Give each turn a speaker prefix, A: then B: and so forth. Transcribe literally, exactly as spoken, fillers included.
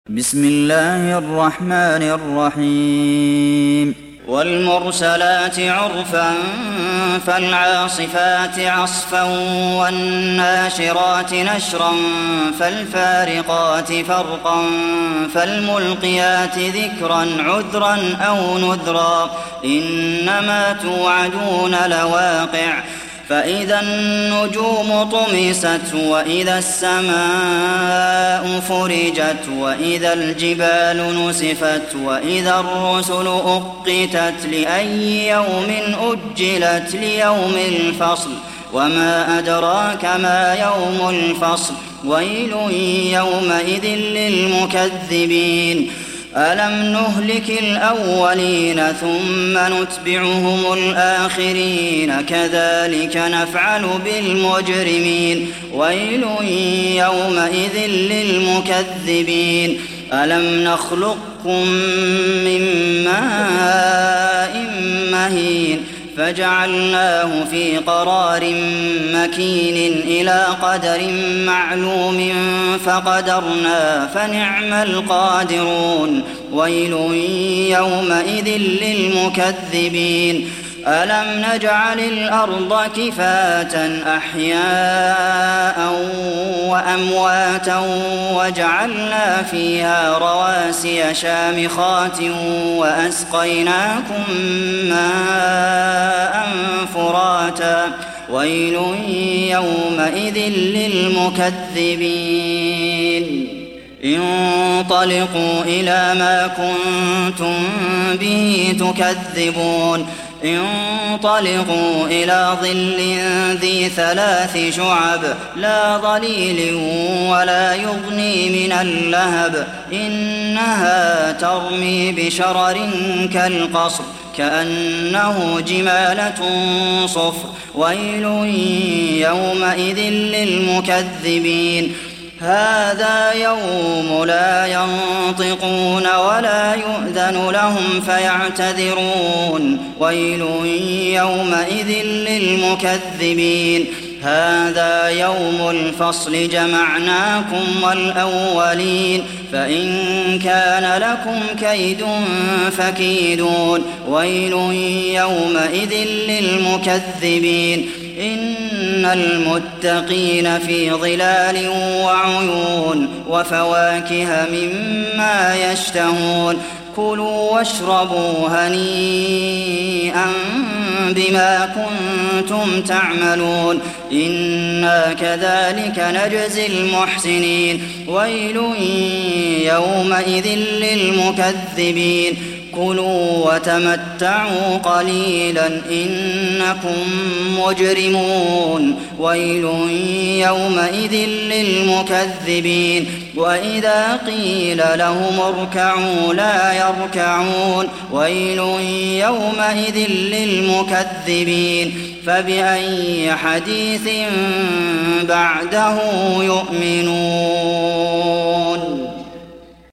A: بسم الله الرحمن الرحيم والمرسلات عرفا فالعاصفات عصفا والناشرات نشرا فالفارقات فرقا فالملقيات ذكرا عذرا أو نذرا إنما توعدون لواقع فإذا النجوم طمست وإذا السماء فرجت وإذا الجبال نسفت وإذا الرسل أقتت لأي يوم أجلت ليوم الفصل وما أدراك ما يوم الفصل ويل يومئذ للمكذبين ألم نهلك الأولين ثم نتبعهم الآخرين كذلك نفعل بالمجرمين ويل يومئذ للمكذبين ألم نخلقكم من ماء مهين فجعلناه في قرار مكين إلى قدر معلوم فقدرنا فنعم القادرون ويل يومئذ للمكذبين ألم نجعل الأرض كفاة أحياء وأمواتا وجعلنا فيها رواسي شامخات وأسقيناكم ماء فراتا ويل يومئذ للمكذبين انطلقوا إلى ما كنتم به تكذبون انطلقوا إلى ظل ذي ثلاث شعب لا ظليل ولا يغني من اللهب إنها ترمي بشرر كالقصر كأنه جمالة صفر ويل يومئذ للمكذبين هذا يوم لا ينطقون ولا يؤذن لهم فيعتذرون ويل يومئذ للمكذبين هذا يوم الفصل جمعناكم والأولين فإن كان لكم كيد فكيدون ويل يومئذ للمكذبين إن المتقين في ظلال وعيون وفواكه مما يشتهون كلوا واشربوا هنيئا بما كنتم تعملون إنا كذلك نجزي المحسنين ويل يومئذ للمكذبين كلوا وتمتعوا قليلا إنكم مجرمون ويل يومئذ للمكذبين وإذا قيل لهم اركعوا لا يركعون ويل يومئذ للمكذبين فبأي حديث بعده يؤمنون.